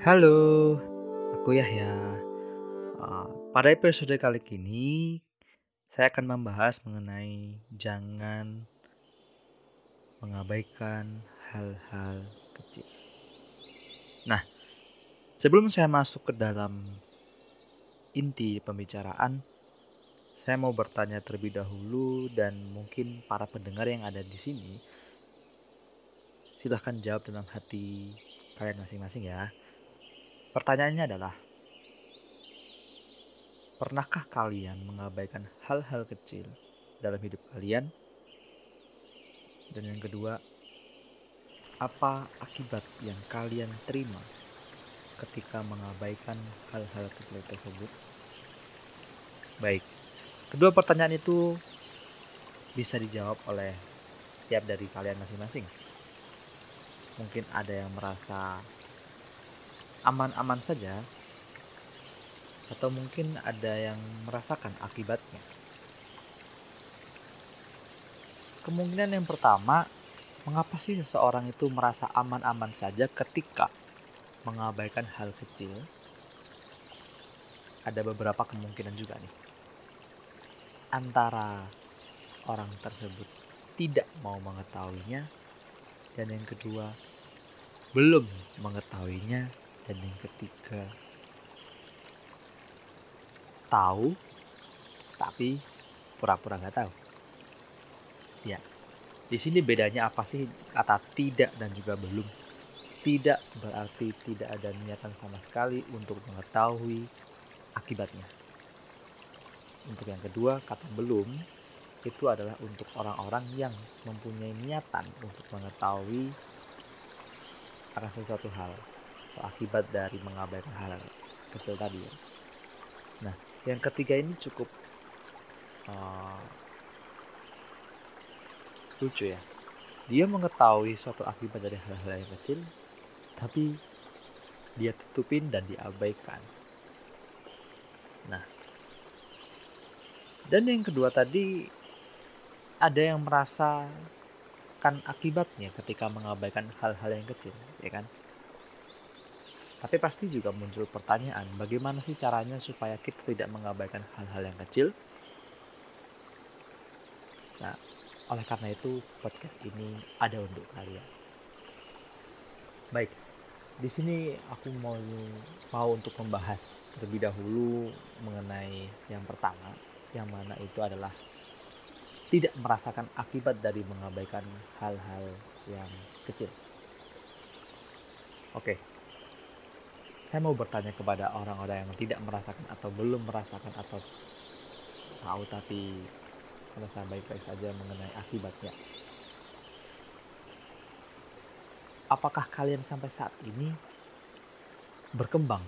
Halo, aku Yahya. Pada episode kali ini, saya akan membahas mengenai jangan mengabaikan hal-hal kecil. Nah, sebelum saya masuk ke dalam inti pembicaraan, saya mau bertanya terlebih dahulu dan mungkin para pendengar yang ada di sini, silahkan jawab dalam hati kalian masing-masing ya. Pertanyaannya adalah, pernahkah kalian mengabaikan hal-hal kecil dalam hidup kalian? Dan yang kedua, apa akibat yang kalian terima ketika mengabaikan hal-hal kecil tersebut? Baik, kedua pertanyaan itu bisa dijawab oleh setiap dari kalian masing-masing. Mungkin ada yang merasa aman-aman saja, atau mungkin ada yang merasakan akibatnya. Kemungkinan yang pertama, mengapa sih seseorang itu merasa aman-aman saja ketika mengabaikan hal kecil? Ada beberapa kemungkinan juga nih. Antara orang tersebut tidak mau mengetahuinya, dan yang kedua belum mengetahuinya, dan yang ketiga tahu tapi pura-pura nggak tahu. Ya, di sini bedanya apa sih kata tidak dan juga belum? Tidak berarti tidak ada niatan sama sekali untuk mengetahui akibatnya. Untuk yang kedua, kata belum itu adalah untuk orang-orang yang mempunyai niatan untuk mengetahui akan sesuatu hal atau akibat dari mengabaikan hal kecil tadi ya. Nah, yang ketiga ini cukup uh, lucu ya. Dia mengetahui suatu akibat dari hal-hal yang kecil, tapi dia tutupin dan diabaikan. Nah, dan yang kedua tadi ada yang merasakan akibatnya ketika mengabaikan hal-hal yang kecil, ya kan? Tapi pasti juga muncul pertanyaan, bagaimana sih caranya supaya kita tidak mengabaikan hal-hal yang kecil? Nah, oleh karena itu podcast ini ada untuk kalian. Baik, di sini aku mau untuk membahas terlebih dahulu mengenai yang pertama, yang mana itu adalah tidak merasakan akibat dari mengabaikan hal-hal yang kecil. Oke, saya mau bertanya kepada orang-orang yang tidak merasakan atau belum merasakan atau tahu tapi merasa baik-baik saja mengenai akibatnya. Apakah kalian sampai saat ini berkembang?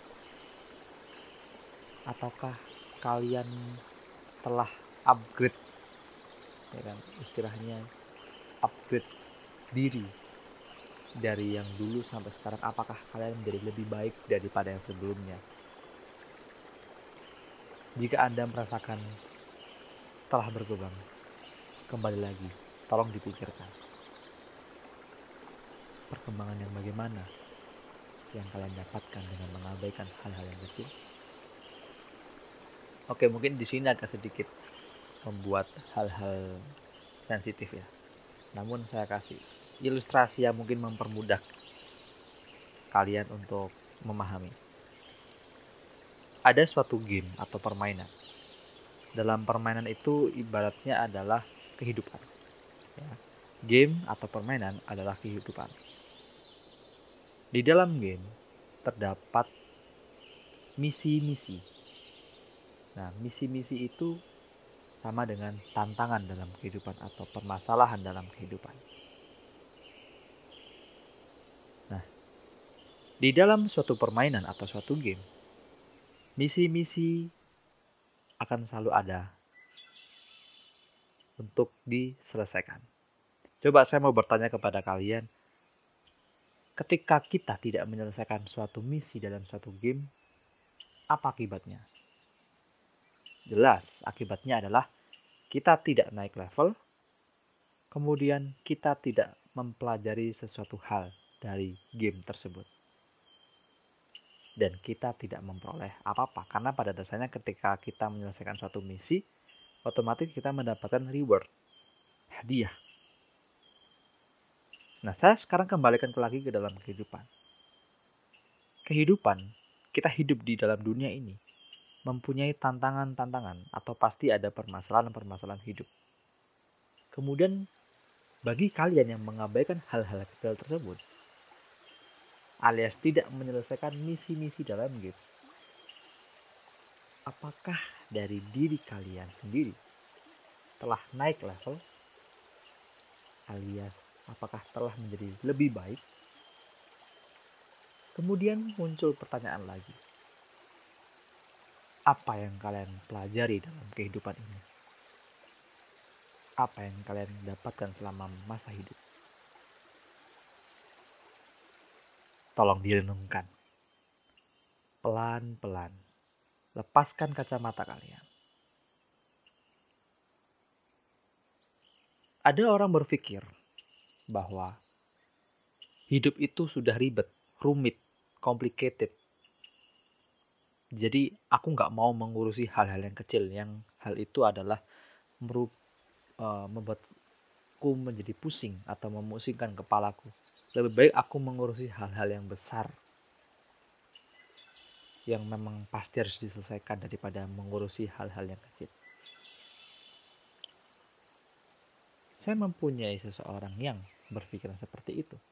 Ataukah kalian telah upgrade, ya kan, istilahnya upgrade diri dari yang dulu sampai sekarang? Apakah kalian menjadi lebih baik daripada yang sebelumnya? Jika Anda merasakan telah berkembang, kembali lagi, tolong dipikirkan perkembangan yang bagaimana yang kalian dapatkan dengan mengabaikan hal-hal yang kecil. Oke, mungkin di sini agak sedikit membuat hal-hal sensitif ya. Namun saya kasih ilustrasi yang mungkin mempermudah kalian untuk memahami. Ada suatu game atau permainan. Dalam permainan itu ibaratnya adalah kehidupan. Ya. Game atau permainan adalah kehidupan. Di dalam game terdapat misi-misi. Nah, misi-misi itu sama dengan tantangan dalam kehidupan atau permasalahan dalam kehidupan. Nah, di dalam suatu permainan atau suatu game, misi-misi akan selalu ada untuk diselesaikan. Coba saya mau bertanya kepada kalian, ketika kita tidak menyelesaikan suatu misi dalam suatu game, apa akibatnya? Jelas, akibatnya adalah kita tidak naik level, kemudian kita tidak mempelajari sesuatu hal dari game tersebut. dan kita tidak memperoleh apa-apa. Karena pada dasarnya ketika kita menyelesaikan suatu misi, otomatis kita mendapatkan reward, hadiah. Nah, saya sekarang kembalikan lagi ke dalam kehidupan. Kehidupan, kita hidup di dalam dunia ini, mempunyai tantangan-tantangan atau pasti ada permasalahan-permasalahan hidup. Kemudian, bagi kalian yang mengabaikan hal-hal kecil tersebut, alias tidak menyelesaikan misi-misi dalam game, apakah dari diri kalian sendiri telah naik level, alias apakah telah menjadi lebih baik? Kemudian muncul pertanyaan lagi, apa yang kalian pelajari dalam kehidupan ini? Apa yang kalian dapatkan selama masa hidup? Tolong direnungkan. Pelan-pelan. Lepaskan kacamata kalian. Ada orang berpikir bahwa hidup itu sudah ribet, rumit, complicated. Jadi aku nggak mau mengurusi hal-hal yang kecil, yang hal itu adalah membuatku menjadi pusing atau memusingkan kepalaku. Lebih baik aku mengurusi hal-hal yang besar, yang memang pasti harus diselesaikan daripada mengurusi hal-hal yang kecil. Saya mempunyai seseorang yang berpikiran seperti itu.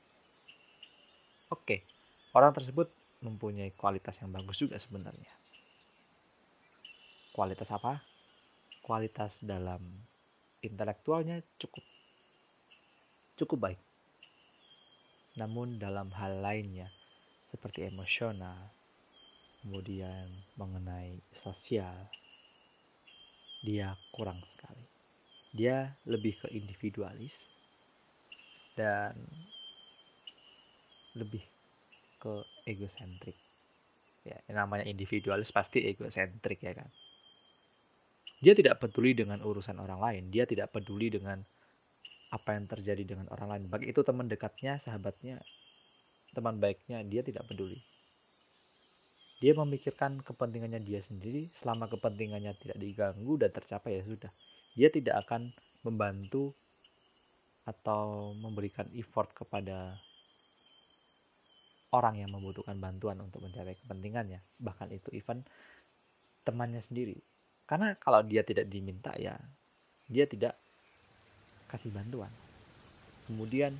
Oke, orang tersebut mempunyai kualitas yang bagus juga sebenarnya. Kualitas apa? Kualitas dalam intelektualnya cukup baik. Namun dalam hal lainnya seperti emosional, kemudian mengenai sosial, dia kurang sekali. Dia lebih ke individualis dan lebih ke egosentrik. Ya, yang namanya individualis pasti egosentrik ya kan. Dia tidak peduli dengan urusan orang lain, dia tidak peduli dengan apa yang terjadi dengan orang lain. Baik itu teman dekatnya, sahabatnya, teman baiknya, dia tidak peduli. Dia memikirkan kepentingannya dia sendiri, selama kepentingannya tidak diganggu dan tercapai ya sudah. Dia tidak akan membantu atau memberikan effort kepada orang yang membutuhkan bantuan untuk mencapai kepentingannya, bahkan itu even temannya sendiri. Karena kalau dia tidak diminta ya dia tidak kasih bantuan. Kemudian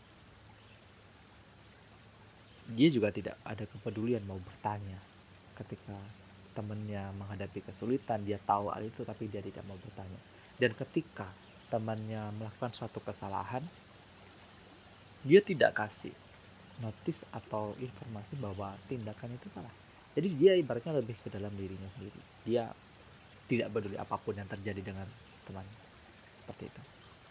dia juga tidak ada kepedulian mau bertanya ketika temannya menghadapi kesulitan. Dia tahu hal itu tapi dia tidak mau bertanya. Dan ketika temannya melakukan suatu kesalahan, dia tidak kasih notis atau informasi bahwa tindakan itu salah. Jadi dia ibaratnya lebih ke dalam dirinya sendiri. Dia tidak peduli apapun yang terjadi dengan temannya. Seperti itu.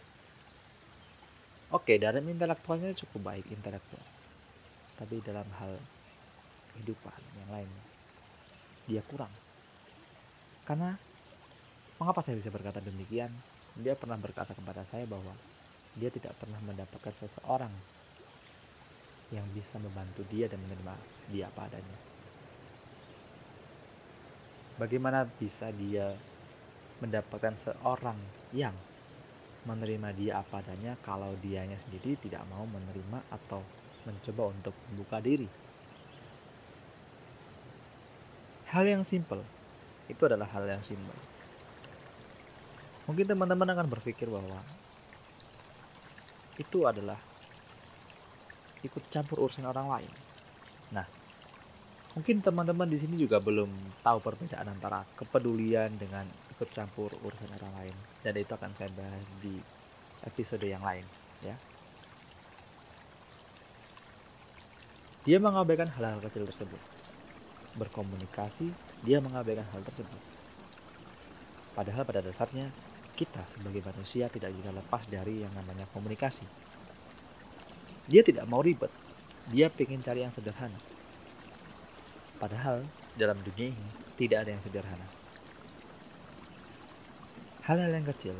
Oke, dalam intelektualnya cukup baik intelektual. Tapi dalam hal kehidupan yang lainnya dia kurang. Karena mengapa saya bisa berkata demikian? Dia pernah berkata kepada saya bahwa dia tidak pernah mendapatkan seseorang yang bisa membantu dia dan menerima dia apa adanya. Bagaimana bisa dia mendapatkan seorang yang menerima dia apa adanya kalau dianya sendiri tidak mau menerima atau mencoba untuk membuka diri? Hal yang simple, itu adalah hal yang simple. Mungkin teman-teman akan berpikir bahwa itu adalah ikut campur urusan orang lain. Nah, mungkin teman-teman di sini juga belum tahu perbedaan antara kepedulian dengan ikut campur urusan orang lain, dan itu akan saya bahas di episode yang lain, ya. Dia mengabaikan hal-hal kecil tersebut. Berkomunikasi, dia mengabaikan hal tersebut. Padahal pada dasarnya kita sebagai manusia tidak bisa lepas dari yang namanya komunikasi. Dia tidak mau ribet. Dia ingin cari yang sederhana. Padahal dalam dunia ini tidak ada yang sederhana. Hal-hal yang kecil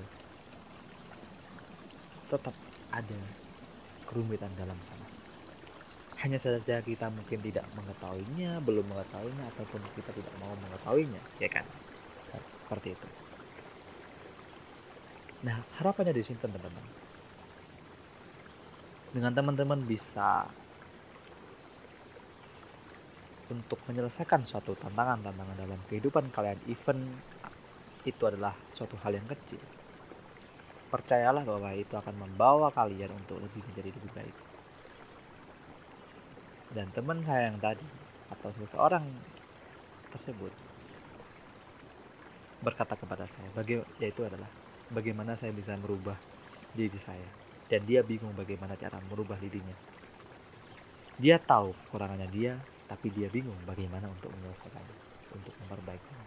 tetap ada kerumitan dalam sana. Hanya saja kita mungkin tidak mengetahuinya, belum mengetahuinya, ataupun kita tidak mau mengetahuinya, ya kan? Seperti itu. Nah, harapannya di sini teman-teman, dengan teman-teman bisa untuk menyelesaikan suatu tantangan-tantangan dalam kehidupan kalian, even itu adalah suatu hal yang kecil, percayalah bahwa itu akan membawa kalian untuk menjadi lebih baik. Dan teman saya yang tadi, atau seseorang tersebut, berkata kepada saya, yaitu adalah bagaimana saya bisa merubah diri saya. Dan dia bingung bagaimana cara merubah dirinya. Dia tahu kekurangannya dia, tapi dia bingung bagaimana untuk menyelesaikannya, untuk memperbaikinya.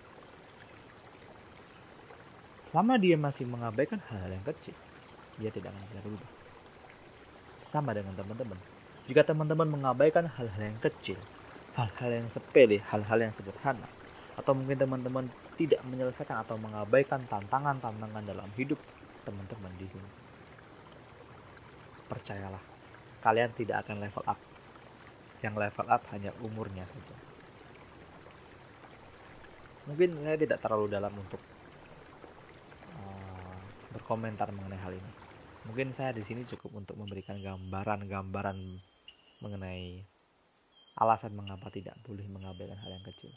Selama dia masih mengabaikan hal-hal yang kecil, dia tidak akan bisa berubah. Sama dengan teman-teman. Jika teman-teman mengabaikan hal-hal yang kecil, hal-hal yang sepele, hal-hal yang sederhana, atau mungkin teman-teman tidak menyelesaikan atau mengabaikan tantangan-tantangan dalam hidup teman-teman di sini, percayalah, kalian tidak akan level up. Yang level up hanya umurnya saja. Mungkin saya tidak terlalu dalam untuk berkomentar mengenai hal ini. Mungkin saya di sini cukup untuk memberikan gambaran-gambaran mengenai alasan mengapa tidak boleh mengabaikan hal yang kecil.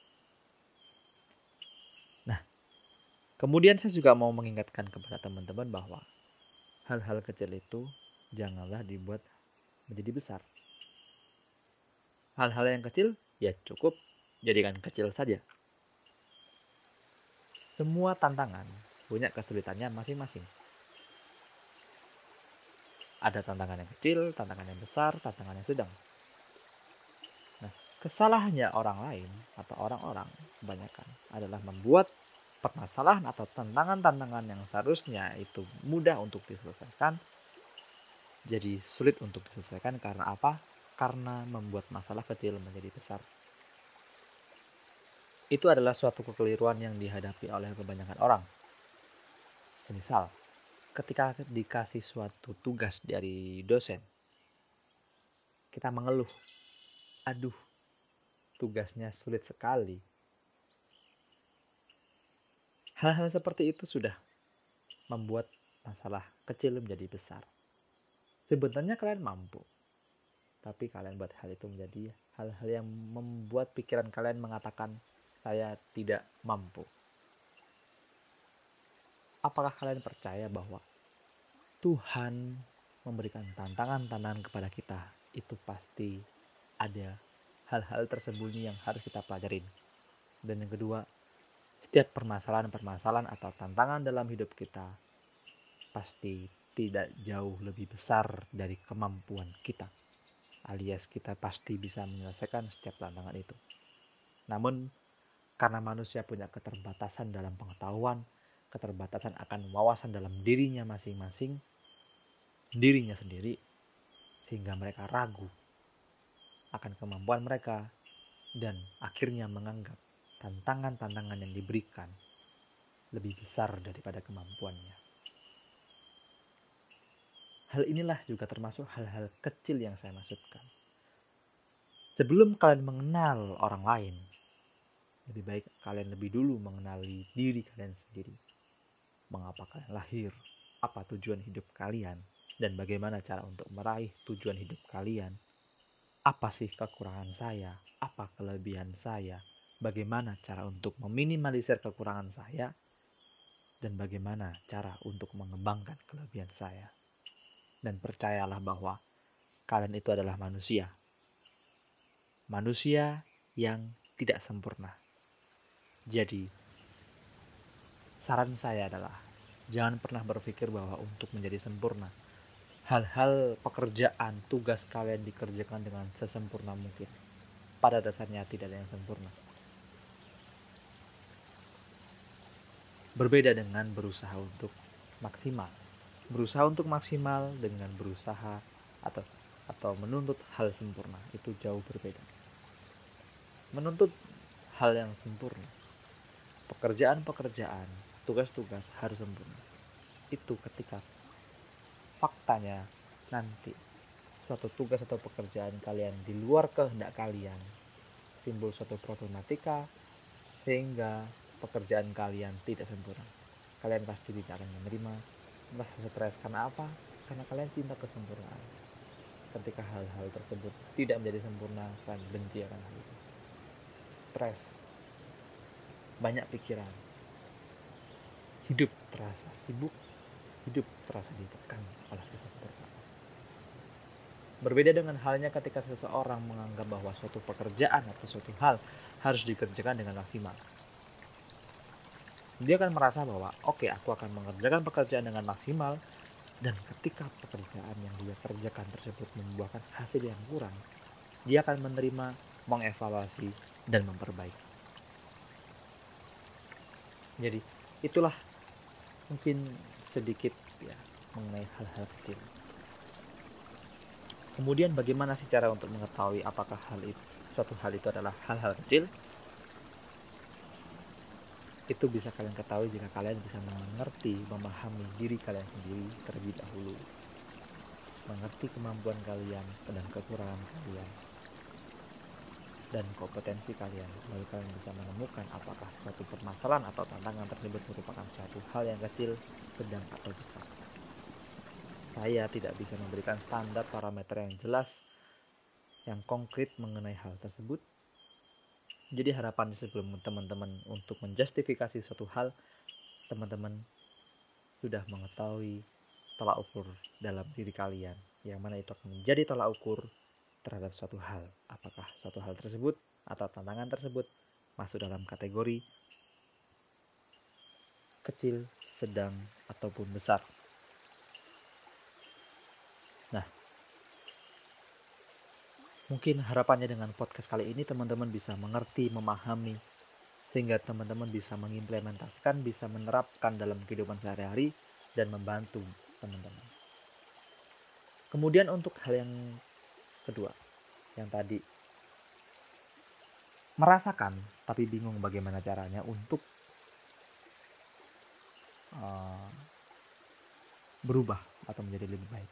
Nah, kemudian saya juga mau mengingatkan kepada teman-teman bahwa hal-hal kecil itu janganlah dibuat menjadi besar. Hal-hal yang kecil ya cukup jadikan kecil saja. Semua tantangan punya kesulitannya masing-masing. Ada tantangan yang kecil, tantangan yang besar, tantangan yang sedang. Nah, kesalahannya orang lain atau orang-orang kebanyakan adalah membuat permasalahan atau tantangan-tantangan yang seharusnya itu mudah untuk diselesaikan jadi sulit untuk diselesaikan. Karena apa? Karena membuat masalah kecil menjadi besar. Itu adalah suatu kekeliruan yang dihadapi oleh kebanyakan orang. Misal, ketika dikasih suatu tugas dari dosen, kita mengeluh, aduh, tugasnya sulit sekali. Hal-hal seperti itu sudah membuat masalah kecil menjadi besar. Sebenarnya kalian mampu, tapi kalian buat hal itu menjadi hal-hal yang membuat pikiran kalian mengatakan saya tidak mampu. Apakah kalian percaya bahwa Tuhan memberikan tantangan-tantangan kepada kita? Itu pasti ada hal-hal tersembunyi yang harus kita pelajarin. Dan yang kedua, setiap permasalahan-permasalahan atau tantangan dalam hidup kita pasti tidak jauh lebih besar dari kemampuan kita. Alias kita pasti bisa menyelesaikan setiap tantangan itu. Namun karena manusia punya keterbatasan dalam pengetahuan, keterbatasan akan wawasan dalam dirinya masing-masing, dirinya sendiri, sehingga mereka ragu akan kemampuan mereka dan akhirnya menganggap tantangan-tantangan yang diberikan lebih besar daripada kemampuannya. Hal inilah juga termasuk hal-hal kecil yang saya maksudkan. Sebelum kalian mengenal orang lain, lebih baik kalian lebih dulu mengenali diri kalian sendiri. Mengapa kalian lahir, apa tujuan hidup kalian, dan bagaimana cara untuk meraih tujuan hidup kalian. Apa sih kekurangan saya, apa kelebihan saya, bagaimana cara untuk meminimalisir kekurangan saya, dan bagaimana cara untuk mengembangkan kelebihan saya. Dan percayalah bahwa kalian itu adalah manusia. Manusia yang tidak sempurna. Jadi, saran saya adalah jangan pernah berpikir bahwa untuk menjadi sempurna, hal-hal pekerjaan, tugas kalian dikerjakan dengan sesempurna mungkin. Pada dasarnya tidak ada yang sempurna. Berbeda dengan berusaha untuk maksimal. Berusaha untuk maksimal dengan berusaha atau menuntut hal sempurna itu jauh berbeda. Menuntut hal yang sempurna, pekerjaan-pekerjaan, tugas-tugas harus sempurna. Itu ketika faktanya nanti suatu tugas atau pekerjaan kalian di luar kehendak kalian, timbul suatu problematika sehingga pekerjaan kalian tidak sempurna, kalian pasti tidak akan menerima, merasa stres. Karena apa? Karena kalian cinta kesempurnaan. Ketika hal-hal tersebut tidak menjadi sempurna, kalian benci akan hal itu. Stres, banyak pikiran, hidup terasa sibuk, hidup terasa ditekan oleh kesempurnaan. Berbeda dengan halnya ketika seseorang menganggap bahwa suatu pekerjaan atau suatu hal harus dikerjakan dengan maksimal. Dia akan merasa bahwa oke, aku akan mengerjakan pekerjaan dengan maksimal, dan ketika pekerjaan yang dia kerjakan tersebut membuahkan hasil yang kurang, dia akan menerima, mengevaluasi, dan memperbaiki. Jadi itulah mungkin sedikit ya mengenai hal-hal kecil. Kemudian bagaimana sih cara untuk mengetahui apakah suatu hal itu adalah hal-hal kecil? Itu bisa kalian ketahui jika kalian bisa mengerti, memahami diri kalian sendiri terlebih dahulu. Mengerti kemampuan kalian dan kekurangan kalian dan kompetensi kalian, lalu kalian bisa menemukan apakah suatu permasalahan atau tantangan tersebut merupakan suatu hal yang kecil, sedang, atau besar. Saya tidak bisa memberikan standar parameter yang jelas, yang konkret mengenai hal tersebut. Jadi harapan sebelum teman-teman untuk menjustifikasi suatu hal, teman-teman sudah mengetahui tolak ukur dalam diri kalian, yang mana itu akan menjadi tolak ukur terhadap suatu hal. Apakah suatu hal tersebut atau tantangan tersebut masuk dalam kategori kecil, sedang, ataupun besar. Nah, mungkin harapannya dengan podcast kali ini teman-teman bisa mengerti, memahami, sehingga teman-teman bisa mengimplementasikan, bisa menerapkan dalam kehidupan sehari-hari dan membantu teman-teman. Kemudian untuk hal yang kedua, yang tadi merasakan tapi bingung bagaimana caranya untuk berubah atau menjadi lebih baik.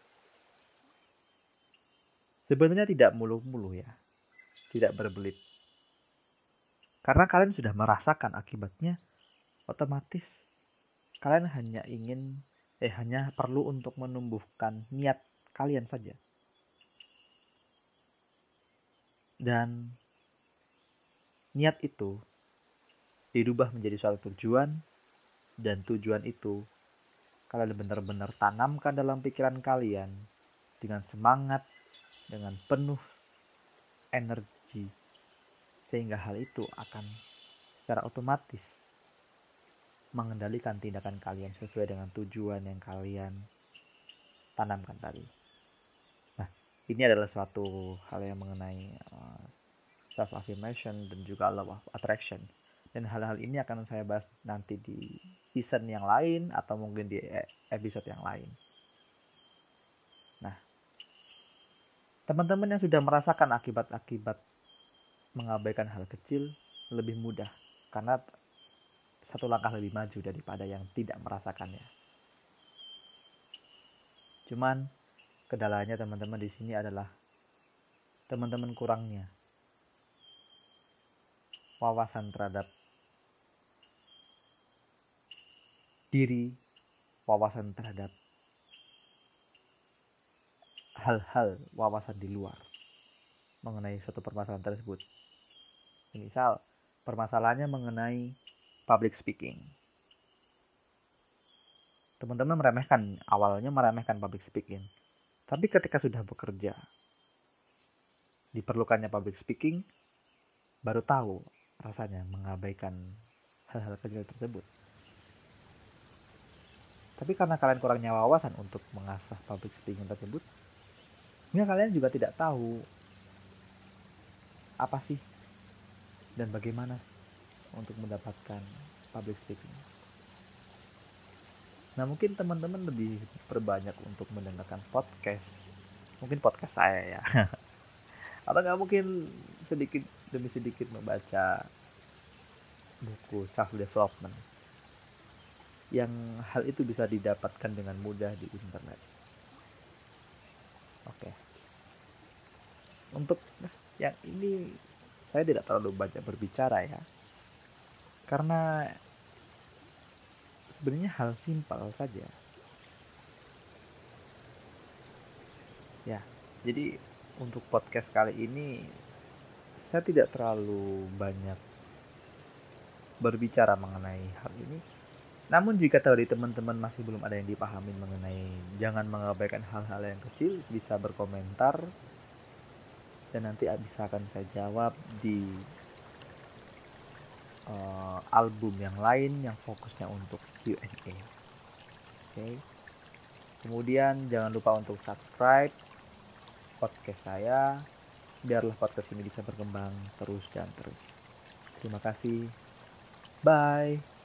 Sebenarnya tidak mulu-mulu ya, tidak berbelit. Karena kalian sudah merasakan akibatnya, otomatis kalian hanya perlu untuk menumbuhkan niat kalian saja. Dan niat itu dirubah menjadi suatu tujuan, dan tujuan itu kalian benar-benar tanamkan dalam pikiran kalian dengan semangat, dengan penuh energi, sehingga hal itu akan secara otomatis mengendalikan tindakan kalian sesuai dengan tujuan yang kalian tanamkan tadi. Nah, ini adalah suatu hal yang mengenai self affirmation dan juga law of attraction. Dan hal-hal ini akan saya bahas nanti di season yang lain atau mungkin di episode yang lain. Nah, teman-teman yang sudah merasakan akibat-akibat mengabaikan hal kecil lebih mudah, karena satu langkah lebih maju daripada yang tidak merasakannya. Cuman kendalanya teman-teman di sini adalah teman-teman kurangnya wawasan terhadap diri, wawasan terhadap hal-hal, wawasan di luar mengenai suatu permasalahan tersebut. Misal permasalahannya mengenai public speaking. Teman-teman awalnya meremehkan public speaking. Tapi ketika sudah bekerja, diperlukannya public speaking, baru tahu rasanya mengabaikan hal-hal kecil tersebut. Tapi karena kalian kurangnya wawasan untuk mengasah public speaking tersebut, kalian juga tidak tahu apa sih dan bagaimana untuk mendapatkan public speaking. Nah, mungkin teman-teman lebih berbanyak untuk mendengarkan podcast. Mungkin podcast saya ya. Atau nggak mungkin sedikit demi sedikit membaca buku self development. Yang hal itu bisa didapatkan dengan mudah di internet. Oke. Untuk yang ini saya tidak terlalu banyak berbicara ya. Karena sebenarnya hal simpel saja. Ya. Jadi untuk podcast kali ini saya tidak terlalu banyak berbicara mengenai hal ini. Namun jika dari teman-teman masih belum ada yang dipahami mengenai jangan mengabaikan hal-hal yang kecil, bisa berkomentar dan nanti bisa akan saya jawab di album yang lain yang fokusnya untuk Q&A. Oke. Kemudian jangan lupa untuk subscribe podcast saya biarlah podcast ini bisa berkembang terus dan terus. Terima kasih. Bye.